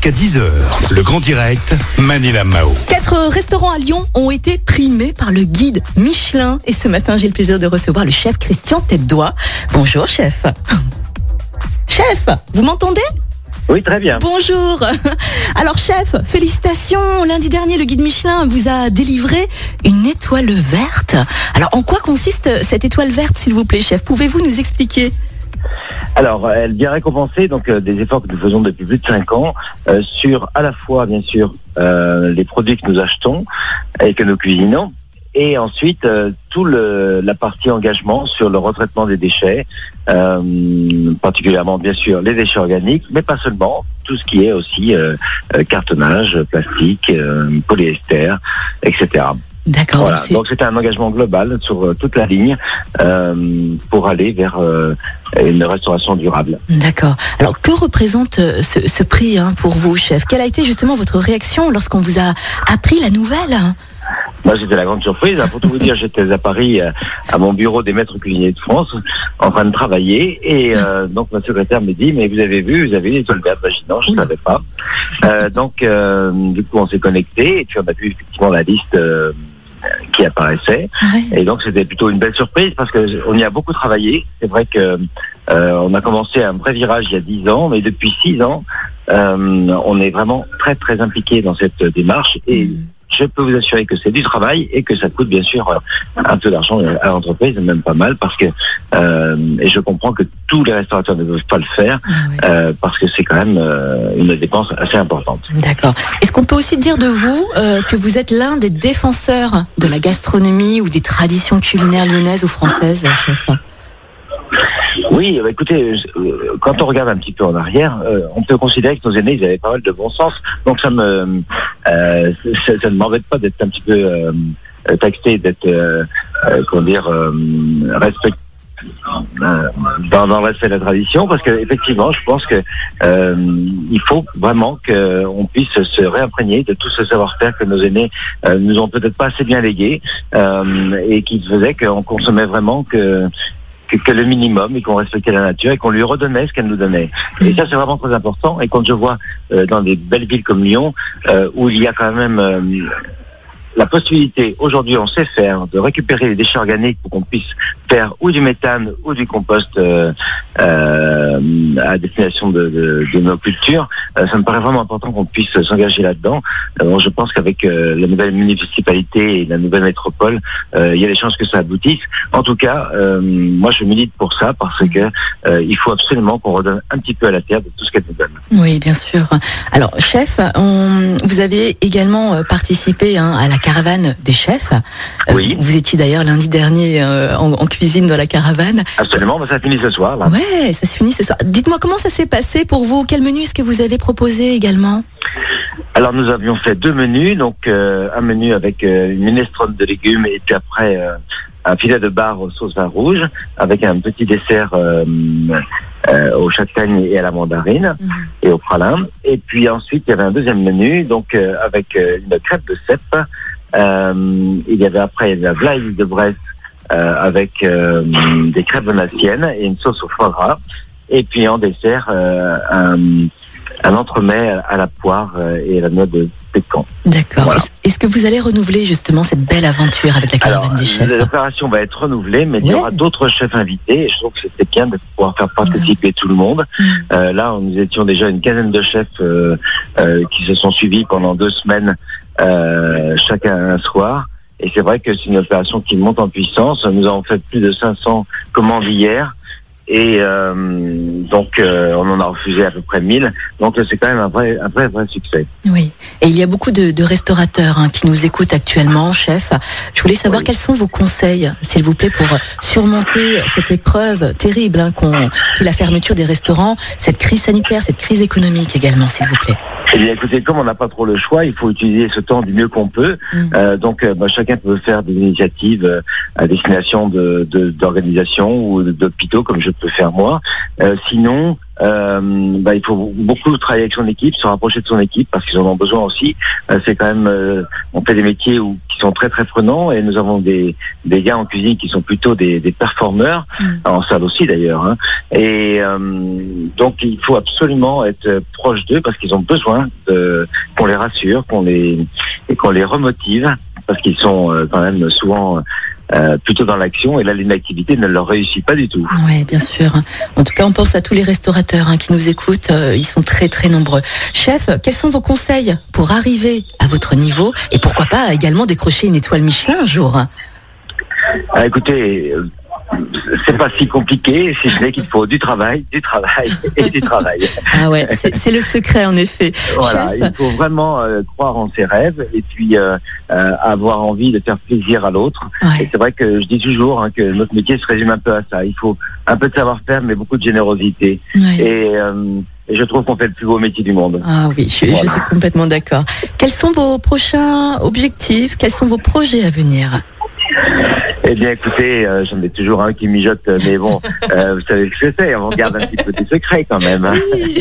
jusqu'à 10h. Le Grand Direct, Manila Mao. 4 restaurants à Lyon ont été primés par le guide Michelin. Et ce matin, j'ai le plaisir de recevoir le chef Christian Tête-Doigt. Bonjour, chef. Chef, vous m'entendez ? Oui, très bien. Bonjour. Alors, chef, félicitations. Lundi dernier, le guide Michelin vous a délivré une étoile verte. Alors, en quoi consiste cette étoile verte, s'il vous plaît, chef ? Pouvez-vous nous expliquer ? Alors, elle vient récompenser donc des efforts que nous faisons depuis plus de 5 ans sur à la fois, bien sûr, les produits que nous achetons et que nous cuisinons, et ensuite la partie engagement sur le retraitement des déchets, particulièrement, bien sûr, les déchets organiques, mais pas seulement, tout ce qui est aussi cartonnage, plastique, polyester, etc. D'accord. Voilà. Donc c'était un engagement global sur toute la ligne pour aller vers une restauration durable. D'accord. Alors que représente ce prix pour vous, chef ? Quelle a été justement votre réaction lorsqu'on vous a appris la nouvelle ? Moi, c'était la grande surprise. Pour tout vous dire, j'étais à Paris, à mon bureau des maîtres cuisiniers de France, en train de travailler. Et donc, ma secrétaire me dit, mais vous avez l'étoile verte. Je dis non, je ne savais pas. Du coup, on s'est connecté et puis on a vu effectivement la liste qui apparaissait. Ouais. Et donc, c'était plutôt une belle surprise parce qu'on y a beaucoup travaillé. C'est vrai que on a commencé un vrai virage il y a 10 ans, mais depuis 6 ans, on est vraiment très, très impliqué dans cette démarche. Et je peux vous assurer que c'est du travail et que ça coûte bien sûr un peu d'argent à l'entreprise, même pas mal, parce que et je comprends que tous les restaurateurs ne peuvent pas le faire parce que c'est quand même une dépense assez importante. D'accord. Est-ce qu'on peut aussi dire de vous que vous êtes l'un des défenseurs de la gastronomie ou des traditions culinaires lyonnaises ou françaises, chef ? Oui, écoutez, quand on regarde un petit peu en arrière, on peut considérer que nos aînés, ils avaient pas mal de bon sens. Donc ça ne m'embête pas d'être un petit peu taxé, d'être, respecté dans le respect de la tradition, parce que effectivement, je pense que il faut vraiment qu'on puisse se réimprégner de tout ce savoir-faire que nos aînés nous ont peut-être pas assez bien légué et qui faisait qu'on consommait vraiment que le minimum et qu'on respectait la nature et qu'on lui redonnait ce qu'elle nous donnait. Et ça, c'est vraiment très important. Et quand je vois dans des belles villes comme Lyon, où il y a quand même la possibilité, aujourd'hui on sait faire, de récupérer les déchets organiques pour qu'on puisse faire ou du méthane ou du compost à destination de nos cultures, ça me paraît vraiment important qu'on puisse s'engager là-dedans. Je pense qu'avec la nouvelle municipalité et la nouvelle métropole, il y a des chances que ça aboutisse. En tout cas, moi je milite pour ça parce que il faut absolument qu'on redonne un petit peu à la terre de tout ce qu'elle nous donne. Oui, bien sûr. Alors, chef, vous avez également participé à la caravane des chefs. Oui. Vous étiez d'ailleurs lundi dernier en cuisine dans la caravane. Absolument, ça finit ce soir. Là. Ouais, ça se finit ce soir. Dites-moi comment ça s'est passé pour vous. Quel menu est-ce que vous avez proposé également ? Alors nous avions fait 2 menus, donc un menu avec une minestrone de légumes et puis après un filet de bar aux sauces vin rouge avec un petit dessert au châtaigne et à la mandarine et au pralin. Et puis ensuite il y avait un deuxième menu donc avec une crêpe de cèpe. Il y avait après la volaille de Bresse avec des crêpes venassiennes et une sauce au foie gras. Et puis en dessert un entremets à la poire et à la noix de pécan. D'accord. Voilà. Est-ce que vous allez renouveler justement cette belle aventure avec la caravane des chefs ? L'opération va être renouvelée, mais il y aura d'autres chefs invités. Et je trouve que c'était bien de pouvoir faire participer tout le monde. Là, nous étions déjà une quinzaine de chefs qui se sont suivis pendant 2 semaines, chacun un soir. Et c'est vrai que c'est une opération qui monte en puissance. Nous avons fait plus de 500 commandes hier. Et donc on en a refusé à peu près 1000. Donc c'est quand même un vrai succès. Oui. Et il y a beaucoup de restaurateurs qui nous écoutent actuellement, chef. Je voulais savoir quels sont vos conseils, s'il vous plaît, pour surmonter cette épreuve terrible qu'est la fermeture des restaurants, cette crise sanitaire, cette crise économique également, s'il vous plaît. Eh bien, écoutez, comme on n'a pas trop le choix, il faut utiliser ce temps du mieux qu'on peut. Donc, chacun peut faire des initiatives à destination d'organisations ou d'hôpitaux, comme je peux faire moi. Sinon, il faut beaucoup travailler avec son équipe, se rapprocher de son équipe parce qu'ils en ont besoin aussi. C'est quand même, on fait des métiers qui sont très très prenants et nous avons des gars en cuisine qui sont plutôt des performeurs, en salle aussi d'ailleurs. Hein. Et donc il faut absolument être proche d'eux parce qu'ils ont besoin qu'on les rassure, qu'on les remotive parce qu'ils sont quand même souvent plutôt dans l'action et là l'inactivité ne leur réussit pas du tout. Oui, bien sûr. En tout cas, on pense à tous les restaurateurs qui nous écoutent. Ils sont très très nombreux. Chef, quels sont vos conseils pour arriver à votre niveau et pourquoi pas également décrocher une étoile Michelin un jour? Écoutez, c'est pas si compliqué, si ce n'est qu'il faut du travail et du travail. Ah ouais, c'est le secret en effet. Voilà, Chef, il faut vraiment croire en ses rêves et puis avoir envie de faire plaisir à l'autre. ouais. Et c'est vrai que je dis toujours que notre métier se résume un peu à ça. Il faut un peu de savoir-faire mais beaucoup de générosité. Ouais. Et je trouve qu'on fait le plus beau métier du monde. Ah oui, je suis complètement d'accord. Quels sont vos prochains objectifs? Quels sont vos projets à venir? Eh bien, écoutez, j'en ai toujours un qui mijote, mais bon, vous savez ce que c'est, on garde un petit peu des secrets quand même. Oui.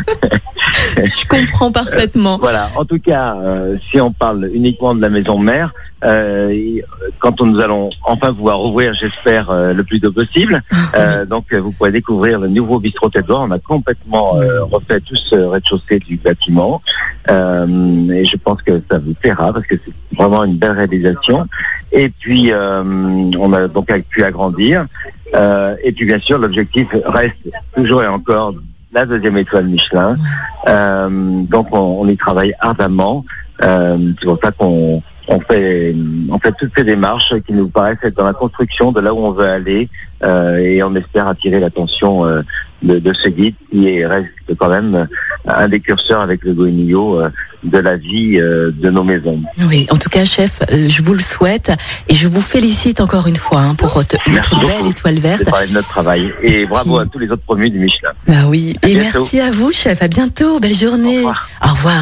Je comprends parfaitement. Voilà, en tout cas, si on parle uniquement de la maison mère, quand nous allons enfin pouvoir ouvrir, j'espère, le plus tôt possible, donc vous pourrez découvrir le nouveau bistrot Tête d'Or. On a complètement refait tout ce rez-de-chaussée du bâtiment et je pense que ça vous plaira parce que c'est vraiment une belle réalisation. Et puis, on a donc pu agrandir. Et puis, bien sûr, l'objectif reste toujours et encore la 2e étoile Michelin. Donc, on y travaille ardemment. C'est pour ça qu'on fait toutes ces démarches qui nous paraissent être dans la construction de là où on veut aller et on espère attirer l'attention de ce guide qui reste quand même un des curseurs avec le Goemio de la vie de nos maisons. Oui, en tout cas, chef, je vous le souhaite et je vous félicite encore une fois pour votre belle étoile verte. C'est parler de notre travail et bravo à tous les autres promus du Michelin. Bah oui, et merci à vous, chef. À bientôt, belle journée. Au revoir. Au revoir.